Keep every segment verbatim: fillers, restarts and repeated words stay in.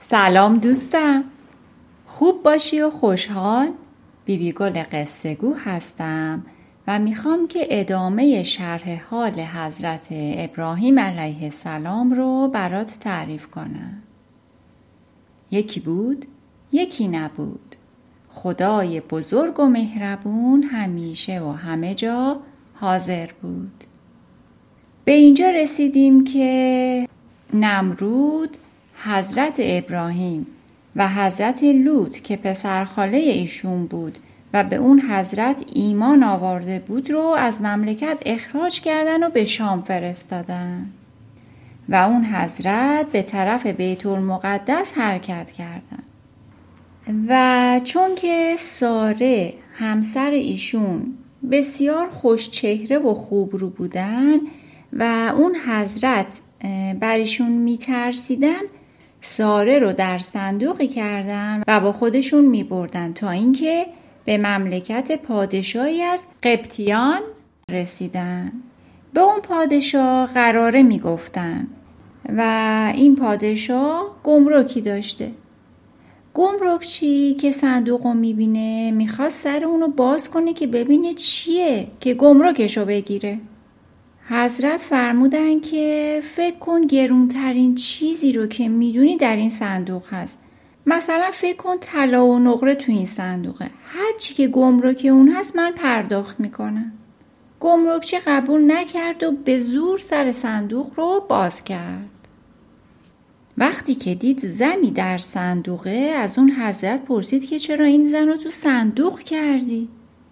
سلام دوستم، خوب باشی و خوشحال؟ بیبی گل قصه گو هستم و میخوام که ادامه شرح حال حضرت ابراهیم علیه السلام رو برات تعریف کنم. یکی بود، یکی نبود. خدای بزرگ و مهربون همیشه و همه جا حاضر بود. به اینجا رسیدیم که نمرود حضرت ابراهیم و حضرت لوط که پسرخاله ایشون بود و به اون حضرت ایمان آورده بود رو از مملکت اخراج کردن و به شام فرستادن و اون حضرت به طرف بیت المقدس حرکت کردن. و چون که ساره همسر ایشون بسیار خوش چهره و خوب رو بودن و اون حضرت بر ایشون میترسیدن، ساره رو در صندوقی کردن و با خودشون میبردن تا اینکه به مملکت پادشاهی از قبطیان رسیدن. به اون پادشاه قراره میگفتن و این پادشاه گمرکی داشته. گمرکچی که صندوق رو میبینه میخواست سر اونو باز کنه که ببینه چیه که گمرکشو بگیره. حضرت فرمودن که فکر کن گرونترین چیزی رو که میدونی در این صندوق هست. مثلا فکر کن طلا و نقره تو این صندوقه. هر چی که گمرک اون هست من پرداخت میکنم. گمرکچی قبول نکرد و به زور سر صندوق رو باز کرد. وقتی که دید زنی در صندوقه از اون حضرت پرسید که چرا این زن رو تو صندوق کردی؟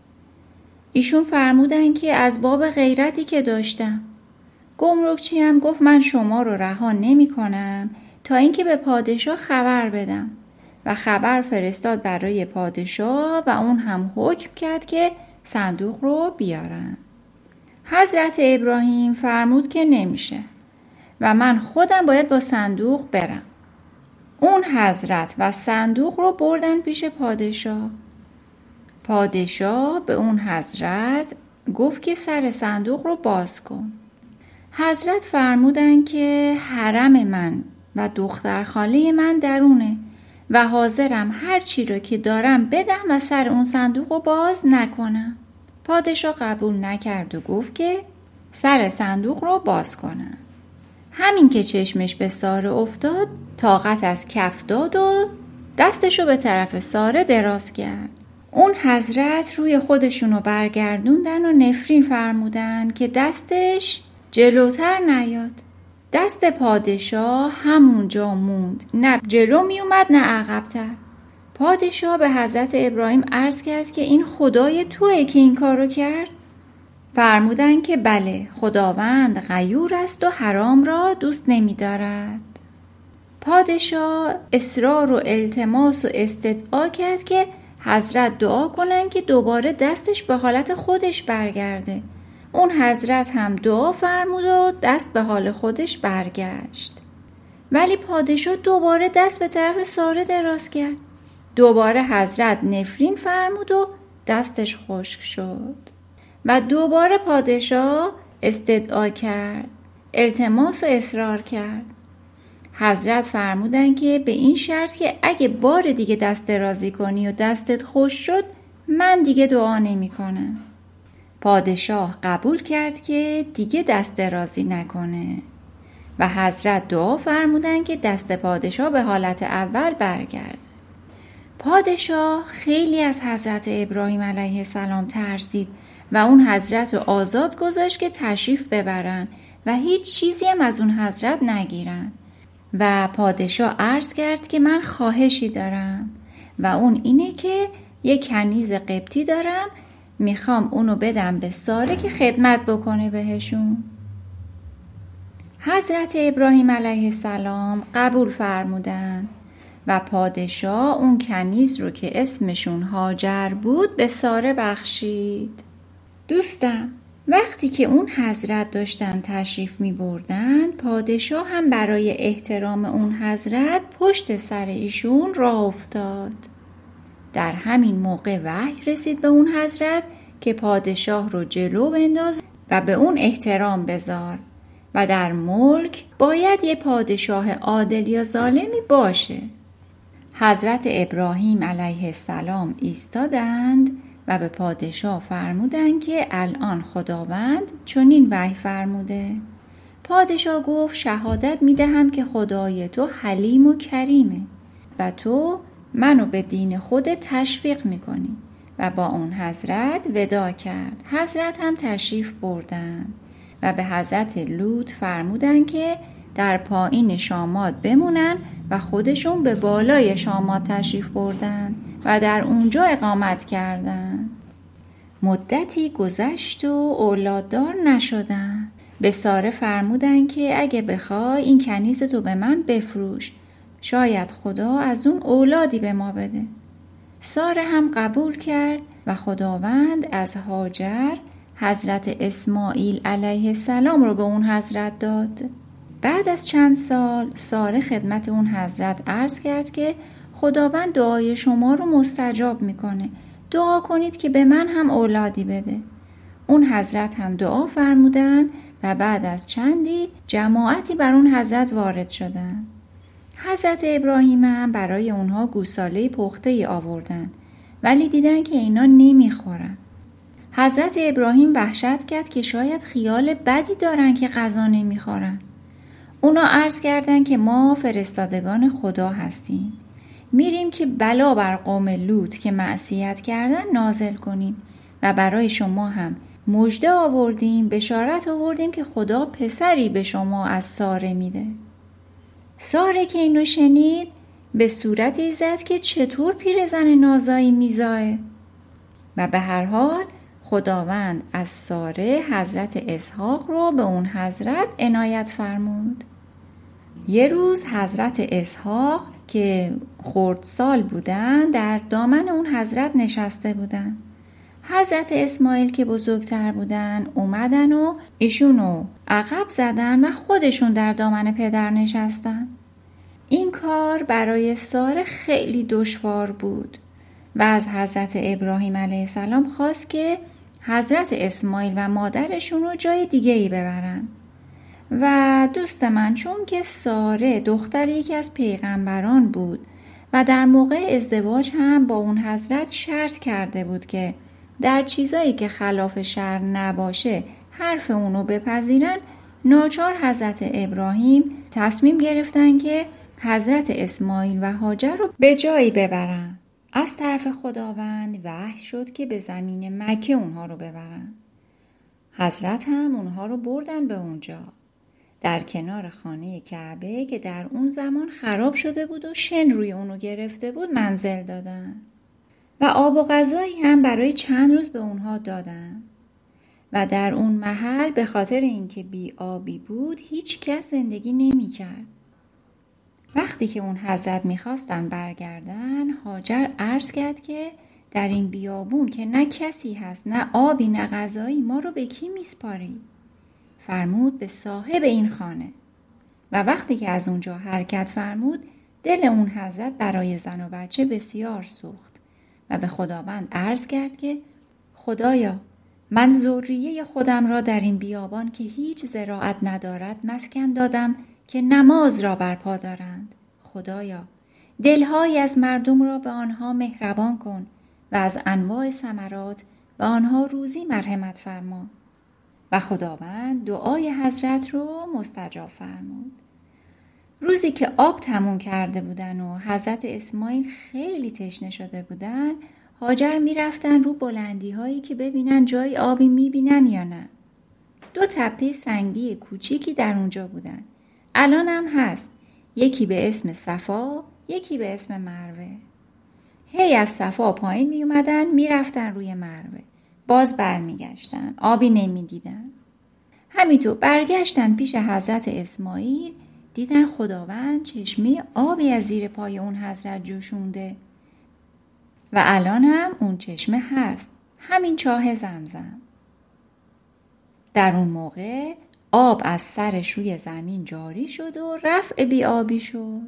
ایشون فرمودن که از باب غیرتی که داشتم. گمرکچی هم گفت من شما رو رها نمی کنم تا اینکه به پادشاه خبر بدم و خبر فرستاد برای پادشاه و اون هم حکم کرد که صندوق رو بیارن. حضرت ابراهیم فرمود که نمیشه و من خودم باید با صندوق برم. اون حضرت و صندوق رو بردن پیش پادشاه. پادشاه به اون حضرت گفت که سر صندوق رو باز کن. حضرت فرمودن که حرم من و دختر خاله من درونه و حاضرم هر چی رو که دارم بدم و سر اون صندوق رو باز نکنم. پادشاه قبول نکرد و گفت که سر صندوق رو باز کنم. همین که چشمش به ساره افتاد طاقت از کف داد و دستشو به طرف ساره دراز کرد. اون حضرت روی خودشونو برگردوندن و نفرین فرمودن که دستش جلوتر نیاد. دست پادشاه همونجا موند، نه جلو می اومد نه عقب‌تر. پادشاه به حضرت ابراهیم عرض کرد که این خدای توئه که این کارو کرد؟ فرمودن که بله، خداوند غیور است و حرام را دوست نمی دارد. پادشاه اصرار و التماس و استدعا کرد که حضرت دعا کنن که دوباره دستش به حالت خودش برگرده. اون حضرت هم دعا فرمود و دست به حال خودش برگشت. ولی پادشاه دوباره دست به طرف ساره دراز کرد. دوباره حضرت نفرین فرمود و دستش خشک شد. و دوباره پادشاه استدعا کرد، التماس و اصرار کرد. حضرت فرمودن که به این شرط که اگه بار دیگه دست درازی کنی و دستت خوش شد من دیگه دعا نمی کنم. پادشاه قبول کرد که دیگه دست درازی نکنه و حضرت دعا فرمودن که دست پادشاه به حالت اول برگرد. پادشاه خیلی از حضرت ابراهیم علیه السلام ترسید و اون حضرت رو آزاد گذاشت که تشریف ببرن و هیچ چیزی هم از اون حضرت نگیرن. و پادشاه عرض کرد که من خواهشی دارم و اون اینه که یک کنیز قبطی دارم، میخوام اونو بدم به ساره که خدمت بکنه بهشون. حضرت ابراهیم علیه السلام قبول فرمودن و پادشاه اون کنیز رو که اسمشون هاجر بود به ساره بخشید. دوستم، وقتی که اون حضرت داشتن تشریف می بردن، پادشاه هم برای احترام اون حضرت پشت سر ایشون راه افتاد. در همین موقع وحی رسید به اون حضرت که پادشاه رو جلو بنداز و به اون احترام بذار و در ملک باید یه پادشاه عادل یا ظالمی باشه. حضرت ابراهیم علیه السلام ایستادند و به پادشاه فرمودند که الان خداوند چنین وحی فرموده. پادشاه گفت شهادت میدهم که خدای تو حلیم و کریمه و تو منو به دین خودت تشویق میکنی. و با اون حضرت وداع کرد. حضرت هم تشریف بردن و به حضرت لوط فرمودن که در پایین شامات بمونن و خودشون به بالای شامات تشریف بردن و در اونجا اقامت کردن. مدتی گذشت و اولاددار نشدن. به ساره فرمودن که اگه بخوای این کنیز تو به من بفروش، شاید خدا از اون اولادی به ما بده. ساره هم قبول کرد و خداوند از هاجر حضرت اسماعیل علیه السلام رو به اون حضرت داد. بعد از چند سال ساره خدمت اون حضرت عرض کرد که خداوند دعای شما رو مستجاب میکنه، دعا کنید که به من هم اولادی بده. اون حضرت هم دعا فرمودن و بعد از چندی جماعتی بر اون حضرت وارد شدن. حضرت ابراهیم هم برای اونها گوساله پخته ای آوردن، ولی دیدن که اینا نمیخورن. حضرت ابراهیم وحشت کرد که شاید خیال بدی دارن که غذا نمیخورن. اونا عرض کردن که ما فرستادگان خدا هستیم، میریم که بلا بر قوم لوط که معصیت کردن نازل کنیم و برای شما هم مژده آوردیم، بشارت آوردیم که خدا پسری به شما از ساره میده. ساره که اینو شنید به صورتی زد که چطور پیرزن نازایی میزایه. و به هر حال خداوند از ساره حضرت اسحاق رو به اون حضرت عنایت فرمود. یه روز حضرت اسحاق که خردسال بودن در دامن اون حضرت نشسته بودن. حضرت اسماعیل که بزرگتر بودن اومدن و ایشونو عقب زدن و خودشون در دامن پدر نشستن. این کار برای ساره خیلی دشوار بود و از حضرت ابراهیم علیه السلام خواست که حضرت اسماعیل و مادرشون رو جای دیگه ای ببرن. و دوست من چون که ساره دختر یکی از پیغمبران بود و در موقع ازدواج هم با اون حضرت شرط کرده بود که در چیزایی که خلاف شرع نباشه حرف اونو بپذیرن، ناچار حضرت ابراهیم تصمیم گرفتن که حضرت اسماعیل و هاجر رو به جایی ببرن. از طرف خداوند وحی شد که به زمین مکه اونها رو ببرن. حضرت هم اونها رو بردن به اونجا، در کنار خانه کعبه که در اون زمان خراب شده بود و شن روی اونو گرفته بود منزل دادن و آب و غذایی هم برای چند روز به اونها دادن. و در اون محل به خاطر اینکه بی آبی بود هیچ کس زندگی نمی کرد. وقتی که اون حضرت میخواستن برگردن، هاجر عرض کرد که در این بیابون که نه کسی هست، نه آبی، نه غذایی، ما رو به کی میسپاری؟ فرمود به صاحب این خانه. و وقتی که از اونجا حرکت فرمود، دل اون حضرت برای زن و بچه بسیار سوخت و به خداوند عرض کرد که خدایا، من ذریه خودم را در این بیابان که هیچ زراعت ندارد مسکن دادم که نماز را برپا دارند. خدایا، دلهایی از مردم را به آنها مهربان کن و از انواع ثمرات به آنها روزی مرحمت فرما. و خداوند دعای حضرت رو مستجاب فرمود. روزی که آب تموم کرده بودن و حضرت اسماعیل خیلی تشنه شده بودن، هاجر می رفتن رو بلندی هایی که ببینن جای آبی می بینن یا نه. دو تپه سنگی کوچیکی در اونجا بودن. الان هم هست. یکی به اسم صفا، یکی به اسم مروه. هی از صفا پایین می اومدن، می رفتن روی مروه. باز بر می گشتن. آبی نمی دیدن. همینطور برگشتن پیش حضرت اسماعیل، دیدن خداوند چشمه آبی از زیر پای اون حضرت جوشونده. و الان هم اون چشمه هست. همین چاه زمزم. در اون موقع آب از سرش روی زمین جاری شد و رفع بی آبی شد.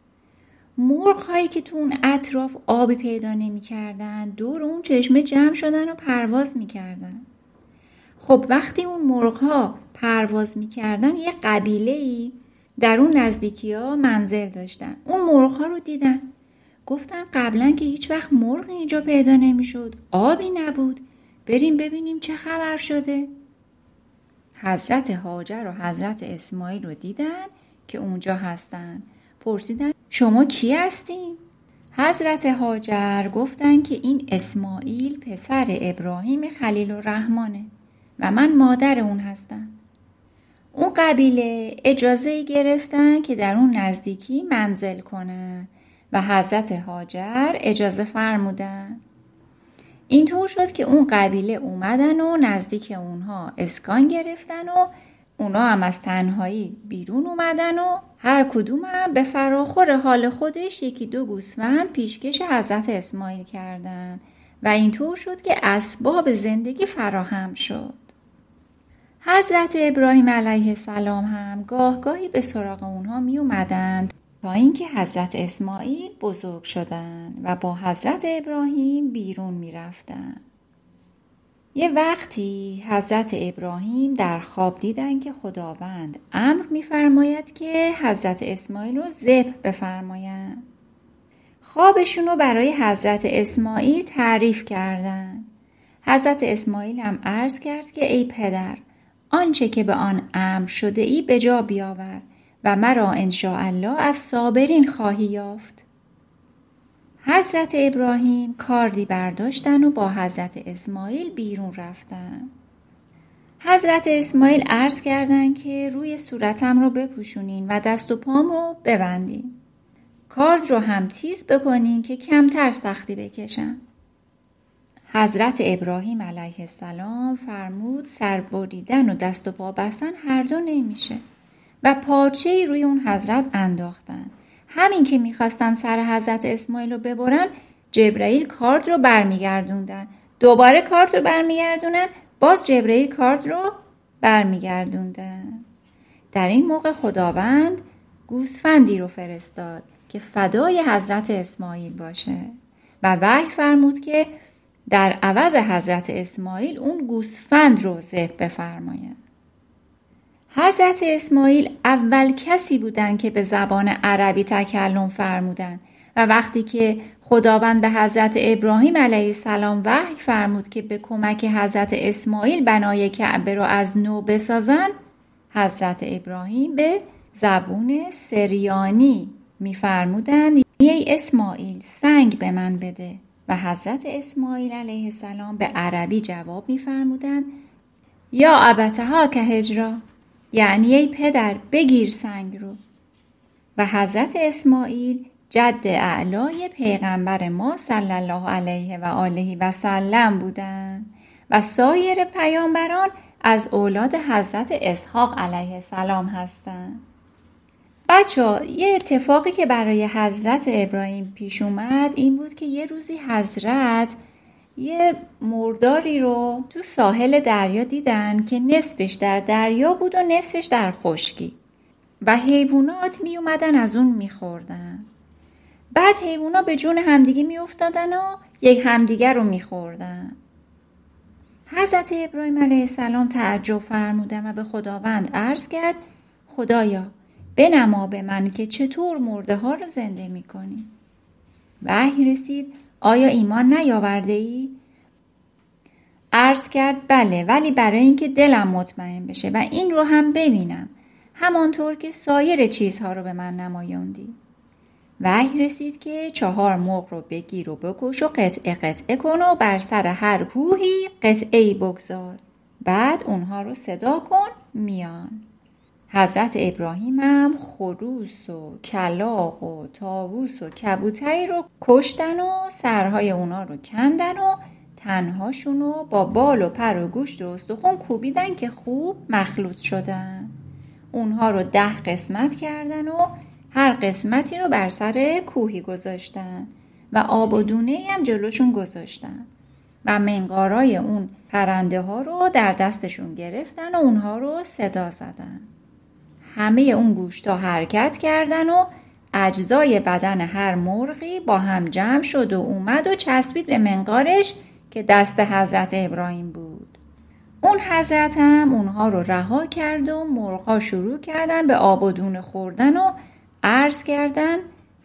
مرغ هایی که تو اون اطراف آبی پیدا نمی کردن دور اون چشمه جمع شدن و پرواز می کردن. خب وقتی اون مرغ ها پرواز می کردن یه قبیله ای در اون نزدیکی ها منزل داشتن. اون مرغ ها رو دیدن. گفتن قبلا که هیچ وقت مرغ اینجا پیدا نمیشد، آبی نبود، بریم ببینیم چه خبر شده. حضرت هاجر و حضرت اسماعیل رو دیدن که اونجا هستن. پرسیدن شما کی هستین؟ حضرت هاجر گفتن که این اسماعیل پسر ابراهیم خلیل الرحمنه و من مادر اون هستم. اون قبیله اجازه گرفتن که در اون نزدیکی منزل کنن و حضرت هاجر اجازه فرمودن. اینطور شد که اون قبیله اومدن و نزدیک اونها اسکان گرفتن و اونا هم از تنهایی بیرون اومدن و هر کدوم هم به فراخور حال خودش یکی دو گوسفند پیشکش حضرت اسماعیل کردن و اینطور شد که اسباب زندگی فراهم شد. حضرت ابراهیم علیه السلام هم گاه گاهی به سراغ اونها می اومدند تا اینکه حضرت اسماعیل بزرگ شدن و با حضرت ابراهیم بیرون می رفتن. یه وقتی حضرت ابراهیم در خواب دیدن که خداوند امر می فرماید که حضرت اسماعیل رو ذبح بفرمایند. خوابشون رو برای حضرت اسماعیل تعریف کردن. حضرت اسماعیل هم عرض کرد که ای پدر، آنچه که به آن امر شده ای به جا بیاور و مرا انشاءالله از صابرین خواهی یافت. حضرت ابراهیم کاردی برداشتن و با حضرت اسماعیل بیرون رفتن. حضرت اسماعیل عرض کردن که روی صورتم رو بپوشونین و دست و پام رو ببندین. کارد رو هم تیز بکنین که کمتر سختی بکشم. حضرت ابراهیم علیه السلام فرمود سر بریدن و دست و پا بستن هر دو نمیشه و پارچه‌ای روی اون حضرت انداختن. همین که میخواستن سر حضرت اسماعیل رو ببرن، جبرائیل کارد رو برمیگردوندن. دوباره کارد رو برمیگردونن، باز جبرائیل کارد رو برمیگردوندن. در این موقع خداوند گوسفندی رو فرستاد که فدای حضرت اسماعیل باشه و وحی فرمود که در عوض حضرت اسماعیل اون گوسفند رو ذبح بفرماید. حضرت اسماعیل اول کسی بودن که به زبان عربی تکلم فرمودن و وقتی که خداوند به حضرت ابراهیم علیه السلام وحی فرمود که به کمک حضرت اسماعیل بنای کعبه رو از نو بسازن، حضرت ابراهیم به زبون سریانی می‌فرمودند ای اسماعیل سنگ به من بده و حضرت اسماعیل علیه السلام به عربی جواب می‌فرمودند یا ابتها که هجرا، یعنی ای پدر بگیر سنگ رو. و حضرت اسماعیل جد اعلای پیغمبر ما صلی الله علیه و آله و سلم بودند و سایر پیامبران از اولاد حضرت اسحاق علیه السلام هستند. بچه یه اتفاقی که برای حضرت ابراهیم پیش اومد این بود که یه روزی حضرت یه مرداری رو تو ساحل دریا دیدن که نصفش در دریا بود و نصفش در خشکی و حیوانات می اومدن از اون می خوردن. بعد حیوانات به جون همدیگه می افتادن و یک همدیگه رو می خوردن. حضرت ابراهیم علیه السلام تعجب فرمودن و به خداوند عرض کرد خدایا بنما به من که چطور مرده ها رو زنده می کنی. وحی رسید آیا ایمان نیاورده ای؟ عرض کرد بله، ولی برای اینکه دلم مطمئن بشه و این رو هم ببینم همانطور که سایر چیزها رو به من نمایاندی. وحی رسید که چهار مرغ رو بگیر و بکش و قطعه قطعه کن و بر سر هر کوهی قطعه‌ای بگذار، بعد اونها رو صدا کن میان. حضرت ابراهیم هم خروس و کلاغ و طاووس و کبوتری رو کشتن و سرهای اونا رو کندن و تنهاشون رو با بال و پر و گوشت و استخون کوبیدن که خوب مخلوط شدن. اونها رو ده قسمت کردن و هر قسمتی رو بر سر کوهی گذاشتن و آب و دونه هم جلوشون گذاشتن و منقارای اون پرنده ها رو در دستشون گرفتن و اونها رو صدا زدن. همه اون گوشتا حرکت کردن و اجزای بدن هر مرغی با هم جمع شد و اومد و چسبید به منقارش که دست حضرت ابراهیم بود. اون حضرت هم اونها رو رها کرد و مرغا شروع کردن به آب و دونه خوردن و عرض کردن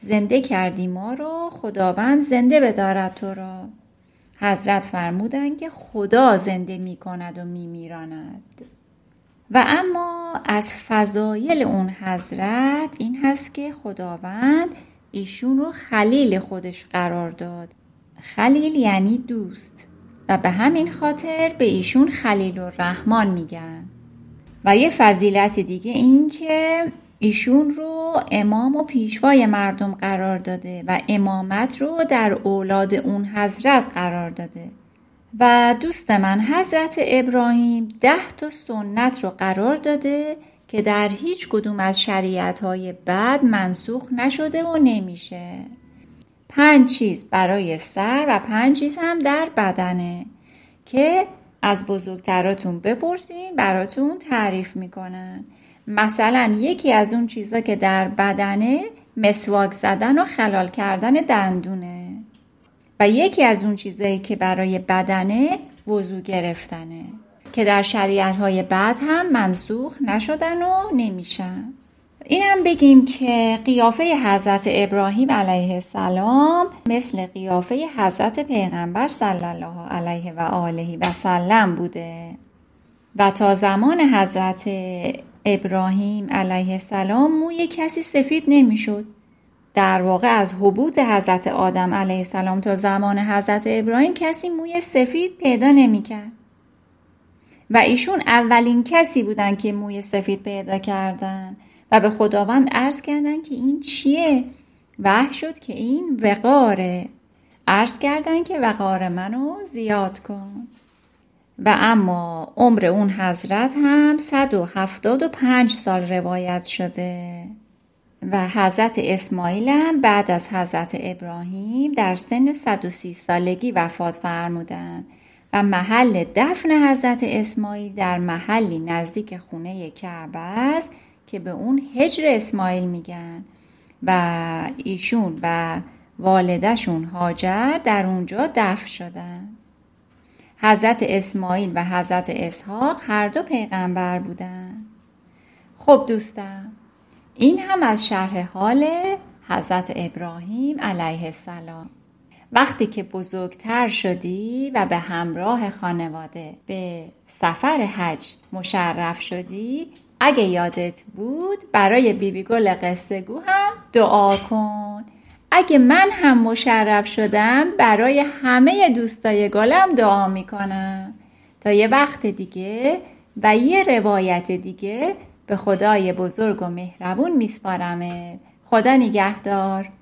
زنده کردی ما رو، خداوند زنده بدارد تو را. حضرت فرمودند که خدا زنده می کند و می میراند. و اما از فضایل اون حضرت این هست که خداوند ایشون رو خلیل خودش قرار داد. خلیل یعنی دوست و به همین خاطر به ایشون خلیل الرحمن میگن. و یه فضیلت دیگه این که ایشون رو امام و پیشوای مردم قرار داده و امامت رو در اولاد اون حضرت قرار داده. و دوست من حضرت ابراهیم ده تا سنت رو قرار داده که در هیچ کدوم از شریعت‌های بعد منسوخ نشده و نمیشه. پنج چیز برای سر و پنج چیز هم در بدنه که از بزرگتراتون بپرسین براتون تعریف میکنن. مثلا یکی از اون چیزا که در بدنه مسواک زدن و خلال کردن دندونه و یکی از اون چیزایی که برای بدنه وضو گرفتنه که در شریعت‌های بعد هم منسوخ نشدن و نمیشن. این هم بگیم که قیافه حضرت ابراهیم علیه السلام مثل قیافه حضرت پیغمبر صلی الله علیه و آله و سلم بوده و تا زمان حضرت ابراهیم علیه السلام موی کسی سفید نمیشد. در واقع از هبوط حضرت آدم علیه السلام تا زمان حضرت ابراهیم کسی موی سفید پیدا نمیکرد و ایشون اولین کسی بودن که موی سفید پیدا کردن و به خداوند عرض کردن که این چیه؟ وحی شد که این وقاره. عرض کردن که وقار منو زیاد کن. و اما عمر اون حضرت هم صد و هفتاد و پنج سال روایت شده و حضرت اسماعیل هم بعد از حضرت ابراهیم در سن صد و سی سالگی وفات فرمودند و محل دفن حضرت اسماعیل در محلی نزدیک خونه کعبه است که به اون حجر اسماعیل میگن و ایشون و والدشون هاجر در اونجا دفن شدن. حضرت اسماعیل و حضرت اسحاق هر دو پیغمبر بودن. خب دوستم، این هم از شرح حال حضرت ابراهیم علیه السلام. وقتی که بزرگتر شدی و به همراه خانواده به سفر حج مشرف شدی، اگه یادت بود برای بیبی گل قصه گو هم دعا کن. اگه من هم مشرف شدم برای همه دوستای گلم دعا میکنم. تا یه وقت دیگه و یه روایت دیگه به خدای بزرگ و مهربون میسپارمت. خدا نگهدار.